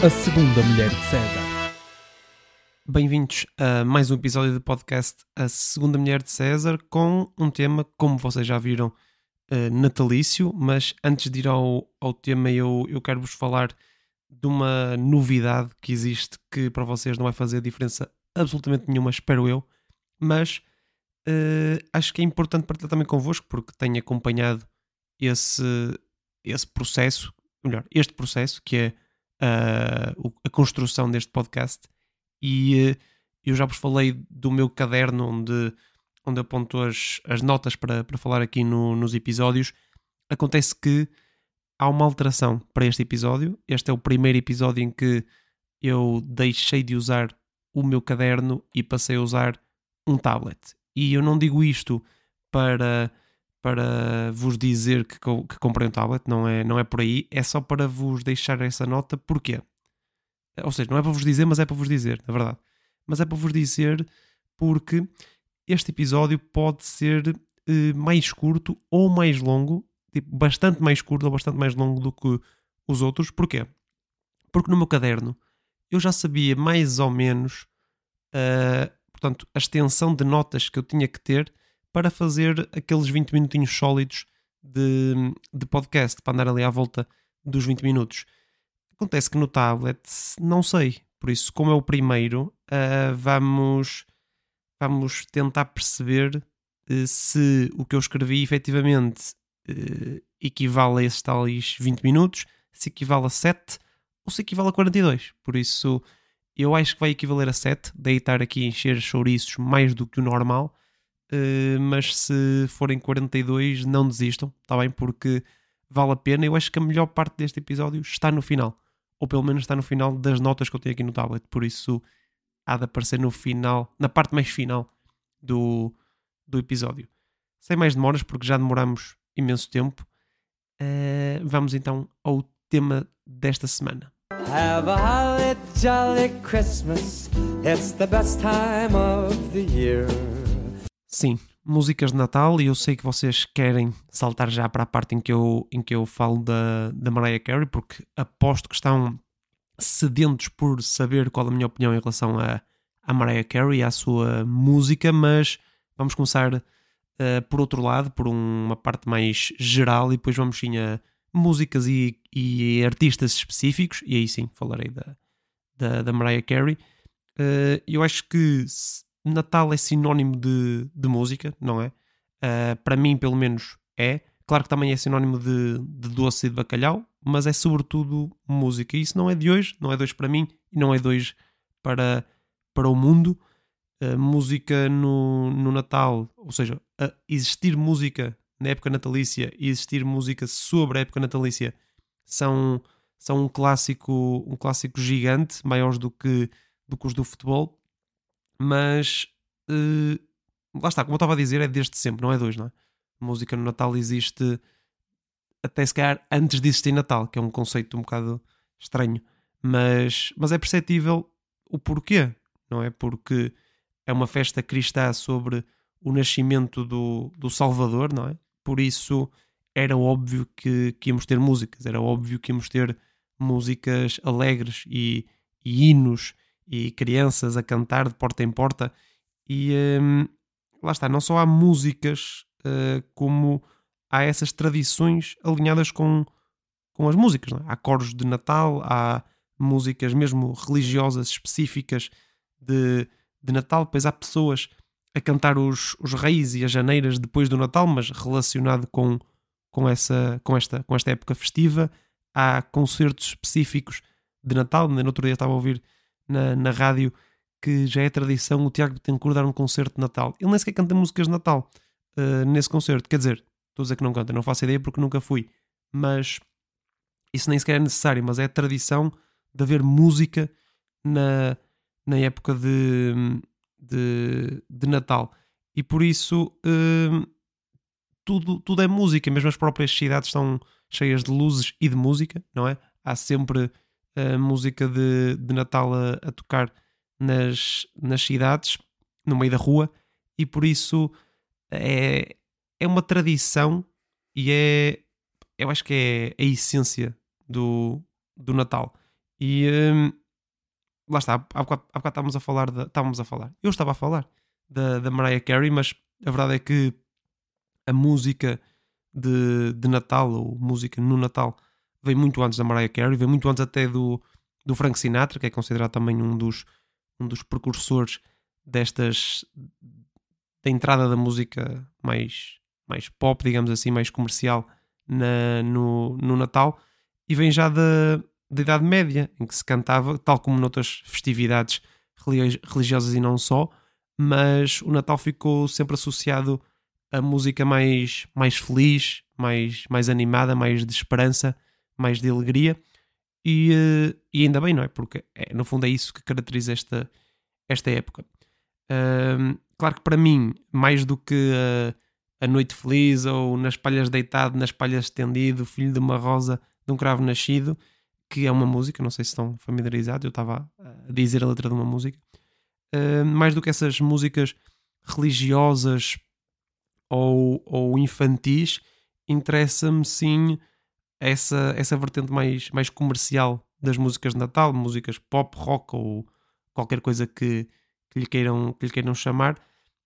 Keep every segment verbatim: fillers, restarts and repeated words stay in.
A segunda mulher de César. Bem-vindos a mais um episódio do podcast A Segunda Mulher de César, com um tema, como vocês já viram, uh, natalício. Mas antes de ir ao, ao tema, eu, eu quero vos falar de uma novidade que existe, que para vocês não vai fazer diferença absolutamente nenhuma, espero eu, mas uh, acho que é importante partilhar também convosco, porque tenho acompanhado esse, esse processo, melhor, este processo, que é uh, a construção deste podcast. E uh, eu já vos falei do meu caderno onde, onde aponto as, as notas para, para falar aqui no, nos episódios. Acontece que há uma alteração para este episódio. Este é o primeiro episódio em que eu deixei de usar o meu caderno e passei a usar um tablet. E eu não digo isto para, para vos dizer que, que comprei um tablet, não é, não é por aí. É só para vos deixar essa nota. Porquê? Ou seja, não é para vos dizer, mas é para vos dizer, na verdade. Mas é para vos dizer porque este episódio pode ser eh, mais curto ou mais longo, tipo, bastante mais curto ou bastante mais longo do que os outros. Porquê? Porque no meu caderno eu já sabia mais ou menos uh, portanto, a extensão de notas que eu tinha que ter para fazer aqueles vinte minutinhos sólidos de, de podcast, para andar ali à volta dos vinte minutos. Acontece que no tablet não sei, por isso, como é o primeiro, uh, vamos, vamos tentar perceber uh, se o que eu escrevi efetivamente uh, equivale a esses tais vinte minutos, se equivale a sete ou se equivale a quarenta e dois. Por isso, eu acho que vai equivaler a sete, daí estar aqui a encher chouriços mais do que o normal, uh, mas se forem quarenta e dois, não desistam, está bem? Porque vale a pena. Eu acho que a melhor parte deste episódio está no final. Ou pelo menos está no final das notas que eu tenho aqui no tablet. Por isso há de aparecer no final, na parte mais final do, do episódio. Sem mais demoras, porque já demoramos imenso tempo, uh, vamos então ao tema desta semana. Have a holly jolly Christmas, it's the best time of the year. Sim, músicas de Natal, e eu sei que vocês querem saltar já para a parte em que eu, em que eu falo da, da Mariah Carey, porque aposto que estão sedentos por saber qual a minha opinião em relação a, a Mariah Carey e à sua música, mas vamos começar uh, por outro lado, por uma parte mais geral, e depois vamos sim a músicas e, e artistas específicos, e aí sim falarei da, da, da Mariah Carey. Uh, eu acho que Natal é sinónimo de, de música, não é? Uh, para mim, pelo menos, é. Claro que também é sinónimo de, de doce e de bacalhau, mas é sobretudo música. E isso não é de hoje, não é de hoje para mim e não é de hoje para, para o mundo. Uh, música no, no Natal, ou seja, uh, existir música na época natalícia e existir música sobre a época natalícia são, são um clássico, um clássico gigante, maiores do que, do que os do futebol. Mas uh, lá está, como eu estava a dizer, é desde sempre, não é de hoje, não é? A música no Natal existe até se calhar antes de existir Natal, que é um conceito um bocado estranho, mas, mas é perceptível o porquê, não é? Porque é uma festa cristã sobre o nascimento do, do Salvador, não é? Por isso era óbvio que, que íamos ter músicas, era óbvio que íamos ter músicas alegres e, e hinos e crianças a cantar de porta em porta. E hum, lá está, não só há músicas uh, como há essas tradições alinhadas com, com as músicas, não é? Há coros de Natal, há músicas mesmo religiosas específicas de, de Natal, depois há pessoas a cantar os, os reis e as janeiras depois do Natal, mas relacionado com, com, essa, com, esta, com esta época festiva. Há concertos específicos de Natal. No outro dia estava a ouvir na, na rádio que já é tradição o Tiago Bittencourt dar um concerto de Natal. Ele nem sequer canta músicas de Natal uh, nesse concerto. Quer dizer, estou a dizer que não canta, não faço ideia porque nunca fui. Mas isso nem sequer é necessário, mas é a tradição de haver música na, na época de, de, de Natal. E por isso uh, tudo, tudo é música, mesmo as próprias cidades estão cheias de luzes e de música, não é? Há sempre uh, música de, de Natal a, a tocar nas, nas cidades, no meio da rua, e por isso é, é uma tradição e é, eu acho que é a essência do, do Natal. E hum, lá está, há bocado, há bocado estávamos a falar, de, estávamos a falar, eu estava a falar da, da Mariah Carey, mas a verdade é que a música de, de Natal, ou música no Natal, veio muito antes da Mariah Carey, veio muito antes até do, do Frank Sinatra, que é considerado também um dos, um dos precursores destas, da entrada da música mais, mais pop, digamos assim, mais comercial na, no, no Natal, e vem já da, da Idade Média, em que se cantava, tal como noutras festividades religiosas e não só, mas o Natal ficou sempre associado a música mais, mais feliz, mais, mais animada, mais de esperança, mais de alegria, e, e ainda bem, não é? Porque é, no fundo é isso que caracteriza esta, esta época. Um, claro que para mim, mais do que a, a Noite Feliz ou Nas Palhas Deitado, Nas Palhas Estendido, Filho de uma Rosa, de um Cravo Nascido, que é uma música, não sei se estão familiarizados, eu estava a dizer a letra de uma música, uh, mais do que essas músicas religiosas ou, ou infantis, interessa-me sim essa, essa vertente mais, mais comercial das músicas de Natal, músicas pop, rock ou qualquer coisa que, que, lhe, queiram, que lhe queiram chamar,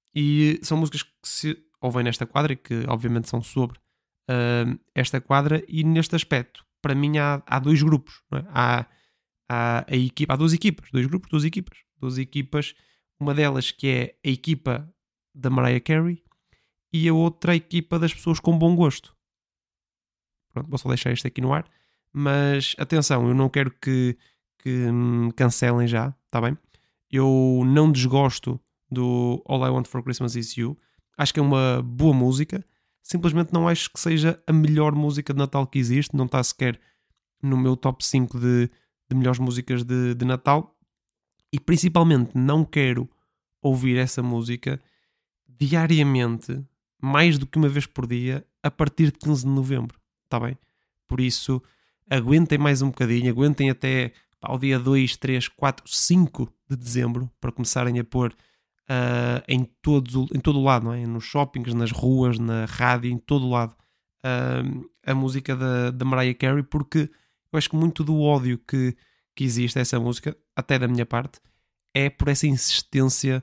e são músicas que se ouvem nesta quadra e que obviamente são sobre uh, esta quadra, e neste aspecto para mim há, há dois grupos, não é? há, há, a equipa, há duas equipas, dois grupos, duas equipas, duas equipas, uma delas que é a equipa da Mariah Carey e a outra a equipa das pessoas com bom gosto. Pronto, vou só deixar isto aqui no ar, mas atenção, eu não quero que, que me cancelem já, está bem? Eu não desgosto do All I Want For Christmas Is You, acho que é uma boa música, simplesmente não acho que seja a melhor música de Natal que existe, não está sequer no meu top cinco de, de melhores músicas de, de Natal, e principalmente não quero ouvir essa música diariamente, mais do que uma vez por dia, a partir de quinze de novembro, está bem? Por isso, aguentem mais um bocadinho, aguentem até pá, ao dia dois, três, quatro, cinco de dezembro, para começarem a pôr uh, em, todo, em todo o lado, não é? Nos shoppings, nas ruas, na rádio, em todo o lado, uh, a música da, da Mariah Carey, porque eu acho que muito do ódio que, que existe a essa música, até da minha parte, é por essa insistência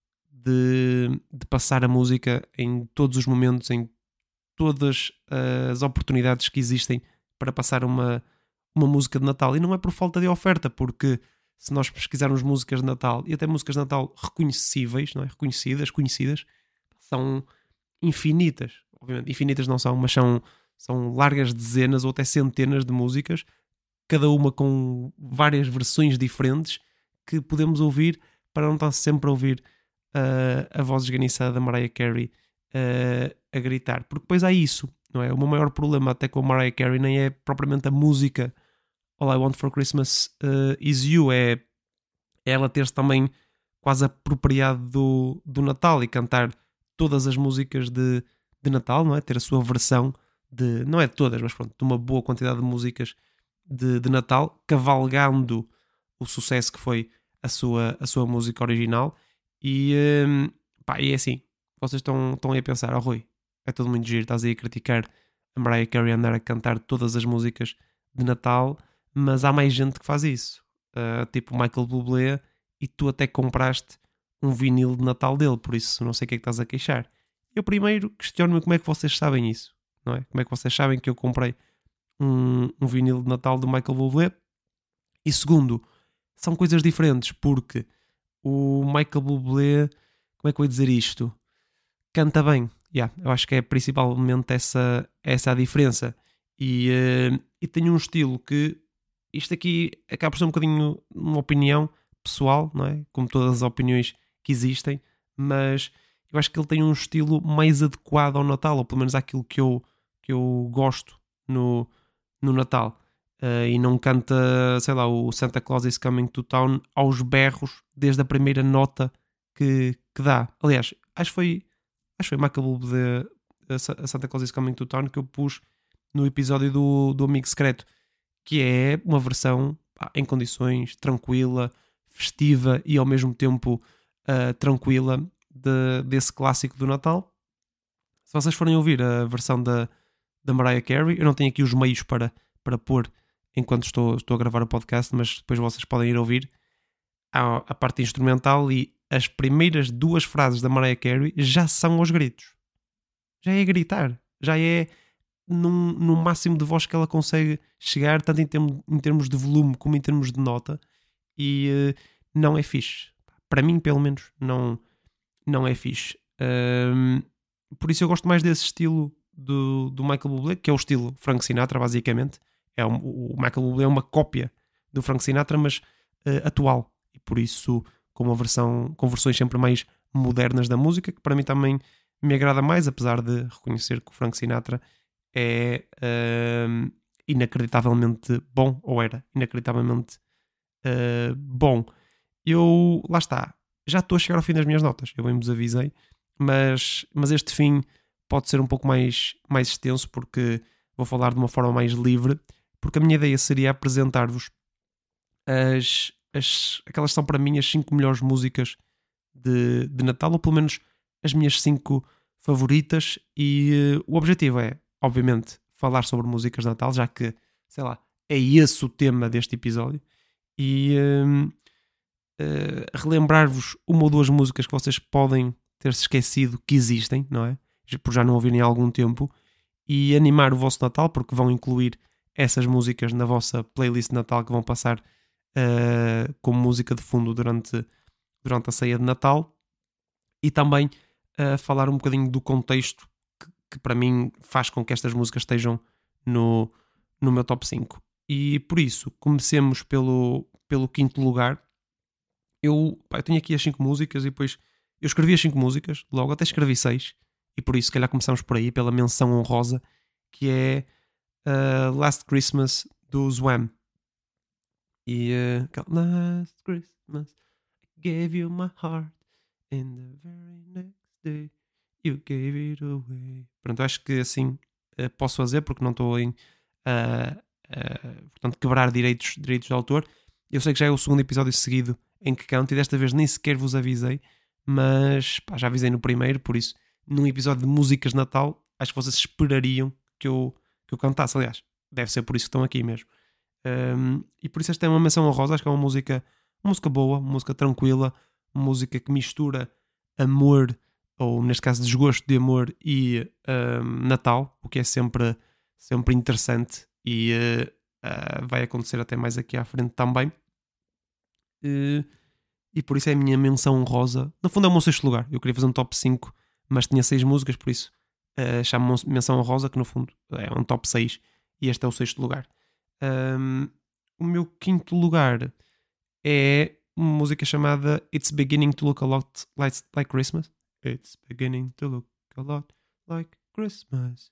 de, de passar a música em todos os momentos, em todas as oportunidades que existem para passar uma, uma música de Natal. E não é por falta de oferta, porque se nós pesquisarmos músicas de Natal, e até músicas de Natal reconhecíveis, não é? Reconhecidas, conhecidas, são infinitas. Obviamente, infinitas não são, mas são, são largas dezenas ou até centenas de músicas, cada uma com várias versões diferentes, que podemos ouvir para não estar sempre a ouvir uh, a voz esganiçada da Mariah Carey uh, a gritar. Porque depois há isso, não é? O meu maior problema até com a Mariah Carey nem é propriamente a música All I Want For Christmas uh, Is You, é, é ela ter-se também quase apropriado do, do Natal e cantar todas as músicas de, de Natal, não é? Ter a sua versão de, não é de todas, mas pronto, de uma boa quantidade de músicas de, de Natal, cavalgando o sucesso que foi a sua, a sua música original. E, um, pá, e é assim, vocês estão, estão aí a pensar, oh Rui, é todo muito giro, estás aí a criticar a Mariah Carey andar a cantar todas as músicas de Natal, mas há mais gente que faz isso, uh, tipo Michael Bublé, e tu até compraste um vinil de Natal dele, por isso não sei o que é que estás a queixar. Eu primeiro questiono-me como é que vocês sabem isso, não é? Como é que vocês sabem que eu comprei um, um vinil de Natal do Michael Bublé? E segundo, são coisas diferentes, porque o Michael Bublé, como é que eu vou dizer isto? Canta bem, yeah, eu acho que é principalmente essa, essa a diferença. E, uh, e tem um estilo que, isto aqui acaba por ser um bocadinho uma opinião pessoal, não é? Como todas as opiniões que existem, mas eu acho que ele tem um estilo mais adequado ao Natal, ou pelo menos àquilo que eu, que eu gosto no, no Natal. Uh, e não canta, sei lá, o Santa Claus is Coming to Town aos berros desde a primeira nota que, que dá. Aliás, acho que foi acho que foi Michael Bublé, a Santa Claus is Coming to Town, que eu pus no episódio do, do Amigo Secreto, que é uma versão pá, em condições, tranquila, festiva e ao mesmo tempo uh, tranquila de, desse clássico do Natal. Se vocês forem ouvir a versão da, da Mariah Carey, eu não tenho aqui os meios para, para pôr enquanto estou, estou a gravar o podcast, mas depois vocês podem ir ouvir a, a parte instrumental e as primeiras duas frases da Mariah Carey já são aos gritos. Já é gritar. Já é num, no máximo de voz que ela consegue chegar, tanto em, termo, em termos de volume como em termos de nota. E uh, não é fixe. Para mim, pelo menos, não, não é fixe. Um, por isso eu gosto mais desse estilo do, do Michael Bublé, que é o estilo Frank Sinatra, basicamente. É um, o Michael Bublé é uma cópia do Frank Sinatra, mas uh, atual. E por isso, com uma versão, com versões sempre mais modernas da música, que para mim também me agrada mais, apesar de reconhecer que o Frank Sinatra é uh, inacreditavelmente bom, ou era inacreditavelmente uh, bom. Eu, lá está, já estou a chegar ao fim das minhas notas, eu bem vos avisei, mas, mas este fim pode ser um pouco mais, mais extenso, porque vou falar de uma forma mais livre, porque a minha ideia seria apresentar-vos as, as, aquelas são para mim as cinco melhores músicas de, de Natal, ou pelo menos as minhas cinco favoritas, e uh, o objetivo é, obviamente, falar sobre músicas de Natal, já que, sei lá, é esse o tema deste episódio, e uh, uh, relembrar-vos uma ou duas músicas que vocês podem ter-se esquecido que existem, não é? Por já não ouvirem há algum tempo, e animar o vosso Natal, porque vão incluir essas músicas na vossa playlist de Natal que vão passar uh, como música de fundo durante, durante a ceia de Natal, e também uh, falar um bocadinho do contexto que, que para mim faz com que estas músicas estejam no, no meu top cinco. E por isso, comecemos pelo, pelo quinto lugar. Eu, pá, eu tenho aqui as cinco músicas e depois eu escrevi as cinco músicas, logo até escrevi seis, e por isso, se calhar, começamos por aí, pela menção honrosa, que é uh, Last Christmas do Zwam. E uh, Last Christmas I gave you my heart, and the very next day you gave it away. Pronto, acho que assim uh, posso fazer, porque não estou em uh, uh, portanto, quebrar direitos, direitos de autor. Eu sei que já é o segundo episódio seguido em que canto, e desta vez nem sequer vos avisei, mas pá, já avisei no primeiro, por isso num episódio de músicas de Natal acho que vocês esperariam que eu, que eu cantasse. Aliás, deve ser por isso que estão aqui mesmo. Um, e por isso esta é uma menção honrosa. Acho que é uma música, uma música boa, uma música tranquila, uma música que mistura amor, ou neste caso desgosto de amor, e um, Natal, o que é sempre, sempre interessante, e uh, uh, vai acontecer até mais aqui à frente também. Uh, e por isso é a minha menção honrosa. No fundo é o meu sexto lugar. Eu queria fazer um top cinco, mas tinha seis músicas, por isso uh, chamo-me menção honrosa, que no fundo é um top seis, e este é o sexto lugar. Um, o meu quinto lugar é uma música chamada It's Beginning to Look a Lot Like, like Christmas. It's beginning to look a lot like Christmas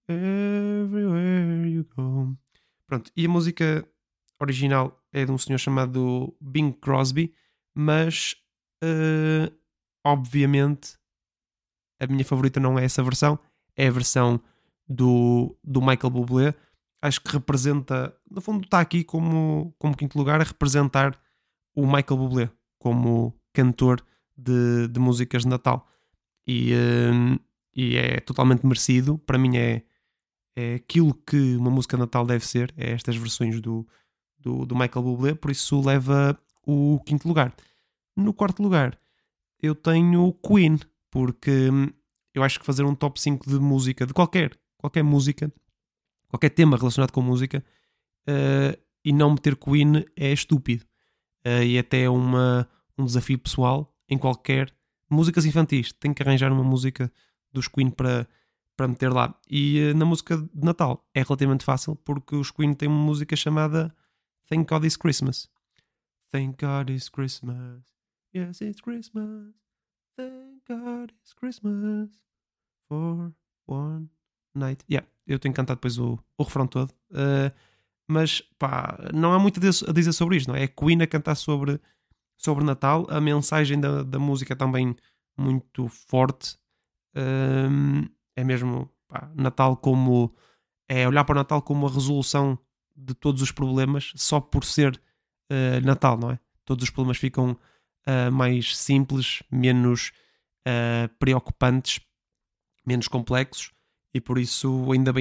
everywhere you go. Pronto, e a música original é de um senhor chamado Bing Crosby, mas uh, obviamente a minha favorita não é essa versão, é a versão do, do Michael Bublé. Acho que representa, no fundo está aqui como, como quinto lugar, a representar o Michael Bublé como cantor de, de músicas de Natal, e, uh, e é totalmente merecido. Para mim é, é aquilo que uma música de Natal deve ser, é estas versões do, do, do Michael Bublé, por isso leva o quinto lugar. No quarto lugar eu tenho Queen, porque eu acho que fazer um top cinco de música, de qualquer, qualquer música, qualquer tema relacionado com música, uh, e não meter Queen é estúpido. Uh, e até é uma, um desafio pessoal em qualquer músicas infantis. Tenho que arranjar uma música dos Queen para, para meter lá. E uh, na música de Natal é relativamente fácil, porque os Queen têm uma música chamada Thank God It's Christmas. Thank God It's Christmas. Yes, it's Christmas. Thank God It's Christmas for one night. Yeah, eu tenho cantado depois o, o refrão todo. Uh, mas pá, não há muito a dizer sobre isto, não é? É Queen a cantar sobre, sobre Natal. A mensagem da, da música é também muito forte. Uh, é mesmo pá, Natal como... É olhar para o Natal como a resolução de todos os problemas, só por ser uh, Natal, não é? Todos os problemas ficam uh, mais simples, menos uh, preocupantes, menos complexos, e por isso ainda bem que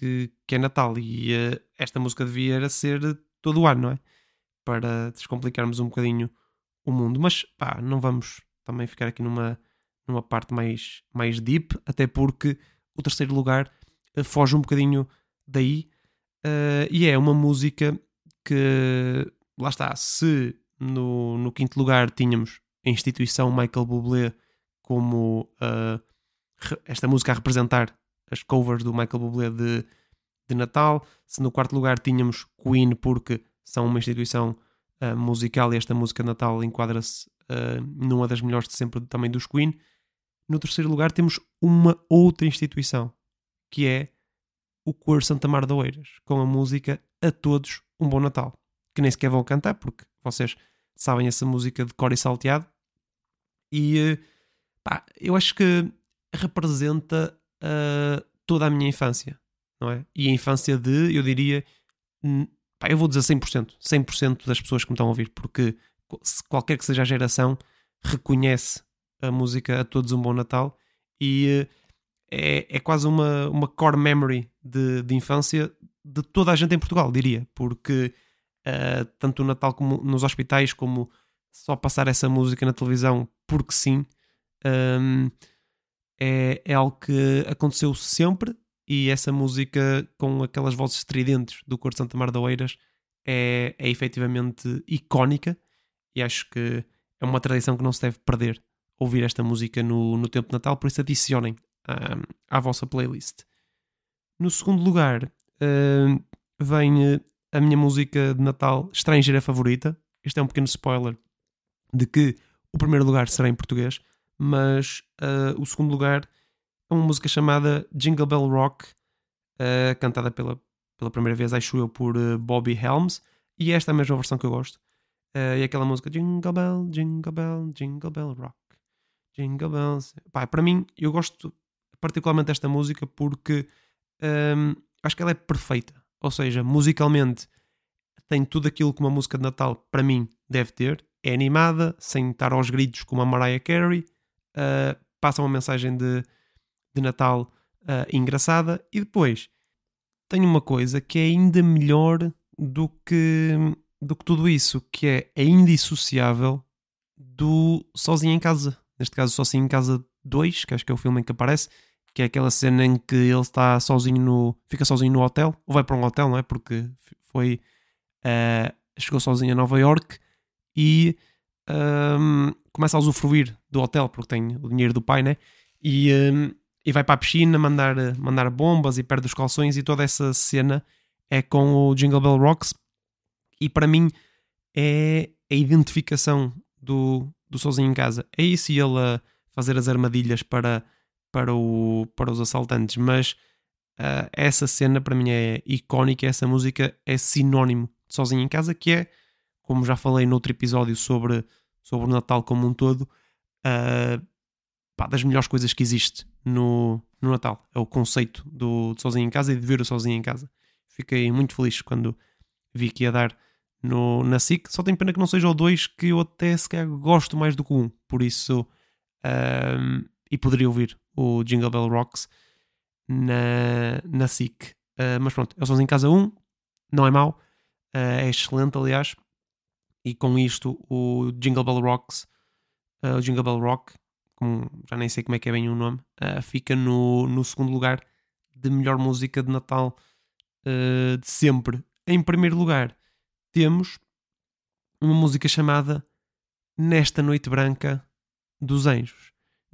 que, que é Natal e uh, esta música devia era ser todo o ano, não é? Para descomplicarmos um bocadinho o mundo. Mas pá, não vamos também ficar aqui numa, numa parte mais, mais deep, até porque o terceiro lugar uh, foge um bocadinho daí uh, e é uma música que, lá está, se no, no quinto lugar tínhamos a instituição Michael Bublé como uh, esta música a representar as covers do Michael Bublé de, de Natal, se no quarto lugar tínhamos Queen porque são uma instituição uh, musical e esta música de Natal enquadra-se uh, numa das melhores de sempre também dos Queen, no terceiro lugar temos uma outra instituição que é o Coro Santa Mar de Oeiras, com a música A Todos Um Bom Natal, que nem sequer vão cantar porque vocês sabem essa música de cor e salteado e pá, eu acho que representa uh, toda a minha infância, não é? E a infância de, eu diria, pá, eu vou dizer cem por cento, cem por cento das pessoas que me estão a ouvir, porque qualquer que seja a geração reconhece a música A Todos Um Bom Natal e uh, é, é quase uma, uma core memory de, de infância de toda a gente em Portugal, diria, porque uh, tanto no Natal como nos hospitais, como só passar essa música na televisão porque sim, um, é, é algo que aconteceu sempre e essa música com aquelas vozes estridentes do Coro Santa Mar de Oeiras é, é efetivamente icónica e acho que é uma tradição que não se deve perder ouvir esta música no, no tempo de Natal, por isso adicionem um, à vossa playlist. No segundo lugar um, vem a minha música de Natal estrangeira favorita. Este é um pequeno spoiler de que o primeiro lugar será em português, mas uh, o segundo lugar é uma música chamada Jingle Bell Rock, uh, cantada pela, pela primeira vez, acho eu, por uh, Bobby Helms, e esta é a mesma versão que eu gosto. Uh, e aquela música Jingle Bell, Jingle Bell, Jingle Bell Rock, Jingle Bells. Pá, para mim, eu gosto particularmente desta música porque um, acho que ela é perfeita, ou seja, musicalmente tem tudo aquilo que uma música de Natal para mim deve ter. É animada, sem estar aos gritos como a Mariah Carey, uh, passa uma mensagem de, de Natal uh, engraçada e depois tem uma coisa que é ainda melhor do que, do que tudo isso, que é, é indissociável do Sozinho em Casa, neste caso Sozinho em Casa dois, que acho que é o filme em que aparece, que é aquela cena em que ele está sozinho no, fica sozinho no hotel, ou vai para um hotel, não é? Porque foi, uh, chegou sozinho a Nova York e um, começa a usufruir do hotel porque tem o dinheiro do pai, né? E, um, e vai para a piscina mandar, mandar bombas e perde os calções e toda essa cena é com o Jingle Bell Rocks e para mim é a identificação do, do Sozinho em Casa. É isso e ele a fazer as armadilhas para, para, o, para os assaltantes, mas uh, essa cena para mim é icónica, essa música é sinónimo de Sozinho em Casa, que é, como já falei noutro episódio sobre, sobre o Natal como um todo, uh, pá, das melhores coisas que existe no, no Natal. É o conceito do, de Sozinho em Casa e de ver o Sozinho em Casa. Fiquei muito feliz quando vi que ia dar no, na S I C. Só tenho pena que não seja o dois, que eu até sequer gosto mais do que o um. Por isso, um, e poderia ouvir o Jingle Bell Rocks na, na S I C. Uh, mas pronto, é o Sozinho em Casa um, não é mau, uh, é excelente aliás. E com isto o Jingle Bell Rocks, uh, o Jingle Bell Rock, como, já nem sei como é que é bem o nome, uh, fica no, no segundo lugar de melhor música de Natal uh, de sempre. Em primeiro lugar temos uma música chamada Nesta Noite Branca dos Anjos.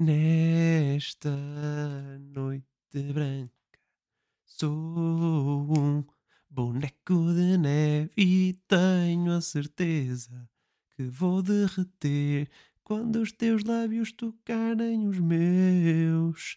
Nesta noite branca sou um boneco de neve e tenho a certeza que vou derreter quando os teus lábios tocarem os meus.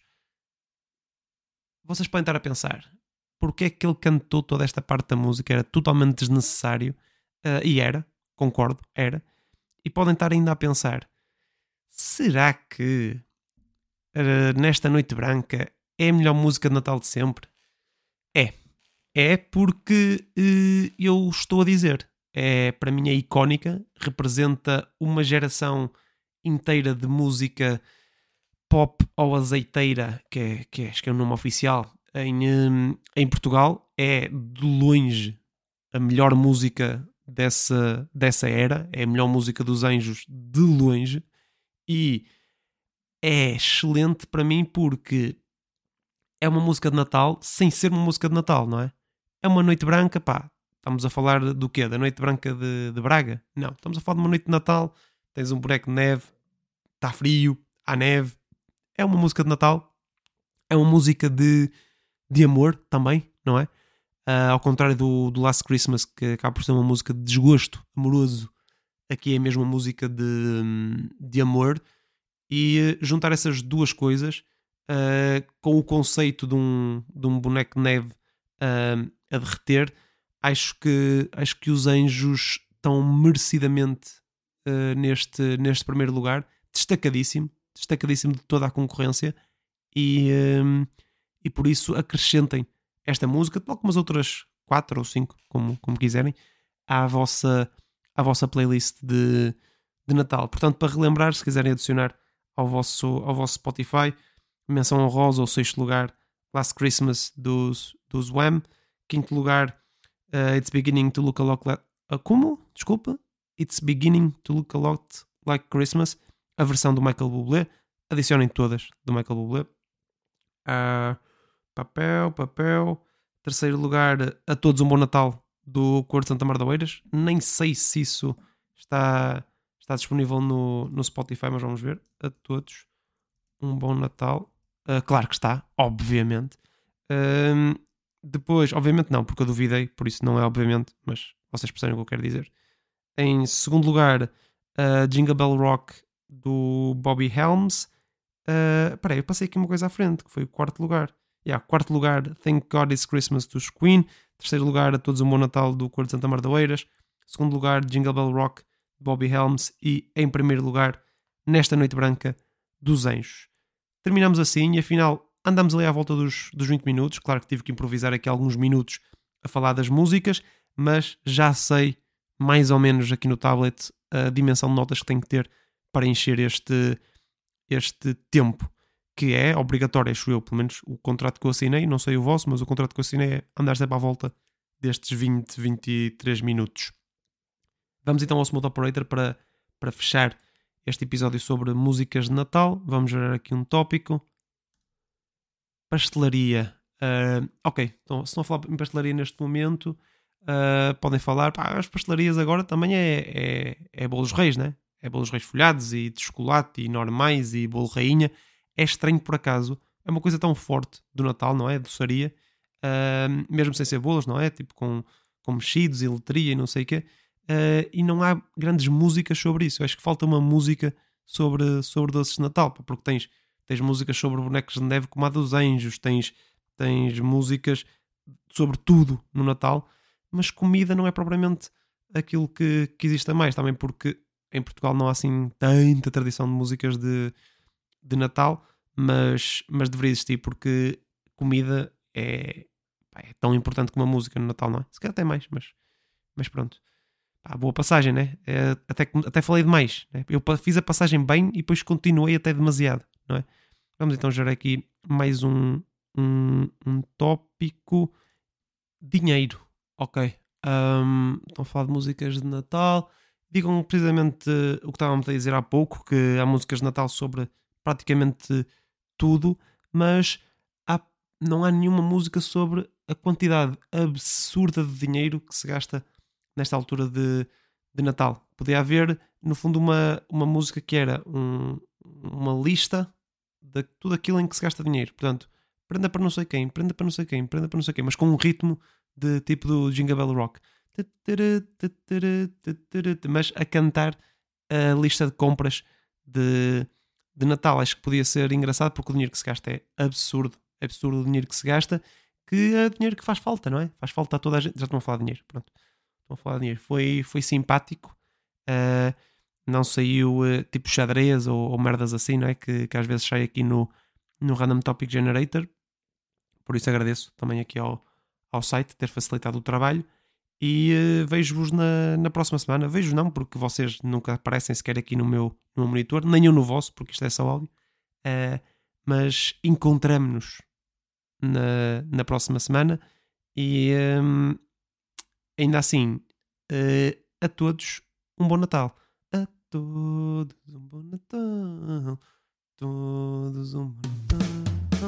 Vocês podem estar a pensar, porque é que ele cantou toda esta parte da música? Era totalmente desnecessário. Uh, e era, concordo, era. E podem estar ainda a pensar, será que uh, Nesta Noite Branca é a melhor música de Natal de sempre? É. É porque uh, eu estou a dizer. É, para mim é icónica, representa uma geração inteira de música pop ou azeiteira, que, é, que é, acho que é o nome oficial, em, um, em Portugal. É de longe a melhor música dessa, dessa era. É a melhor música dos Anjos de longe. E é excelente para mim porque é uma música de Natal sem ser uma música de Natal, não é? É uma noite branca, pá. Estamos a falar do quê? Da noite branca de, de Braga? Não, estamos a falar de uma noite de Natal. Tens um boneco de neve, está frio, há neve. É uma música de Natal. É uma música de, de amor também, não é? Uh, ao contrário do, do Last Christmas, que acaba por ser uma música de desgosto amoroso. Aqui é mesmo uma música de, de amor. E uh, juntar essas duas coisas uh, com o conceito de um, de um boneco de neve uh, a derreter, acho que, acho que os Anjos estão merecidamente uh, neste, neste primeiro lugar, destacadíssimo, destacadíssimo de toda a concorrência, e, um, e por isso acrescentem esta música, tal como as outras quatro ou cinco, como, como quiserem, à vossa, à vossa playlist de, de Natal. Portanto, para relembrar, se quiserem adicionar ao vosso, ao vosso Spotify, menção honrosa ou sexto lugar, Last Christmas dos, dos Wham. Quinto lugar, uh, It's Beginning to Look a Lot Like... Uh, como? Desculpa. It's Beginning to Look a Lot Like Christmas. A versão do Michael Bublé. Adicionem todas do Michael Bublé. Uh, papel, papel. Terceiro lugar, A Todos um Bom Natal, do Cor de Santa Mar de Oeiras. Nem sei se isso está, está disponível no, no Spotify, mas vamos ver. A Todos um Bom Natal. Uh, claro que está, obviamente. Uh, Depois, obviamente não, porque eu duvidei, por isso não é obviamente, mas vocês percebem o que eu quero dizer. Em segundo lugar, uh, Jingle Bell Rock, do Bobby Helms. Uh, peraí, eu passei aqui uma coisa à frente, que foi o quarto lugar. Yeah, quarto lugar, Thank God It's Christmas, dos Queen. Terceiro lugar, A Todos um Bom Natal, do Cor de Santa Mar de Oeiras. Segundo lugar, Jingle Bell Rock, de Bobby Helms. E em primeiro lugar, Nesta Noite Branca, dos Anjos. Terminamos assim e afinal andamos ali à volta dos, dos vinte minutos. Claro que tive que improvisar aqui alguns minutos a falar das músicas, mas já sei mais ou menos aqui no tablet a dimensão de notas que tenho que ter para encher este, este tempo, que é obrigatório, acho eu, pelo menos o contrato que eu assinei, não sei o vosso, mas o contrato que eu assinei é andar sempre à volta destes vinte, vinte e três minutos. Vamos então ao Smooth Operator para, para fechar este episódio sobre músicas de Natal. Vamos gerar aqui um tópico. Pastelaria. Uh, ok, então se não falar em pastelaria neste momento, uh, podem falar, pá, as pastelarias agora também é, é, é bolos reis, né? É bolos reis folhados e de chocolate e normais e bolo rainha. É estranho por acaso, é uma coisa tão forte do Natal, não é? Doçaria, uh, mesmo sem ser bolos, não é? Tipo com, com mexidos e letria e não sei o quê. Uh, e não há grandes músicas sobre isso. Eu acho que falta uma música sobre, sobre doces de Natal, pá, porque tens Tens músicas sobre bonecos de neve como a dos Anjos, tens, tens músicas sobre tudo no Natal, mas comida não é propriamente aquilo que, que existe a mais, também porque em Portugal não há assim tanta tradição de músicas de, de Natal, mas, mas deveria existir porque comida é, é tão importante como a música no Natal, não é? Se calhar até mais, mas, mas pronto. Pá, boa passagem, né? É, até, até falei demais, né? Eu fiz a passagem bem e depois continuei até demasiado, não é? Vamos então gerar aqui mais um, um, um tópico. Dinheiro, ok. Um, estão a falar de músicas de Natal. Digam precisamente uh, o que estávamos a dizer há pouco, que há músicas de Natal sobre praticamente tudo, mas há, não há nenhuma música sobre a quantidade absurda de dinheiro que se gasta nesta altura de, de Natal. Podia haver, no fundo, uma, uma música que era um, uma lista de tudo aquilo em que se gasta dinheiro. Portanto, prenda para não sei quem, prenda para não sei quem, prenda para não sei quem, mas com um ritmo de tipo do Jingle Bell Rock. Mas a cantar a lista de compras de, de Natal. Acho que podia ser engraçado porque o dinheiro que se gasta é absurdo. É absurdo o dinheiro que se gasta, que é dinheiro que faz falta, não é? Faz falta a toda a gente. Já estão a falar de dinheiro, pronto. Estão a falar de dinheiro. Foi, foi simpático. Uh, não saiu uh, tipo xadrez ou, ou merdas assim, não é? Que, que às vezes sai aqui no, no Random Topic Generator. Por isso agradeço também aqui ao, ao site ter facilitado o trabalho. E uh, vejo-vos na, na próxima semana. Vejo não, porque vocês nunca aparecem sequer aqui no meu, no meu monitor, nem eu no vosso, porque isto é só áudio. Uh, mas encontramo-nos na, na próxima semana. E hum, ainda assim, uh, a todos um bom Natal. A todos um bom Natal. Todos um bom Natal.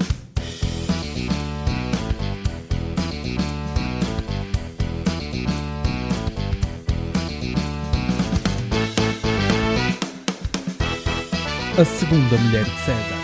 A segunda mulher de César.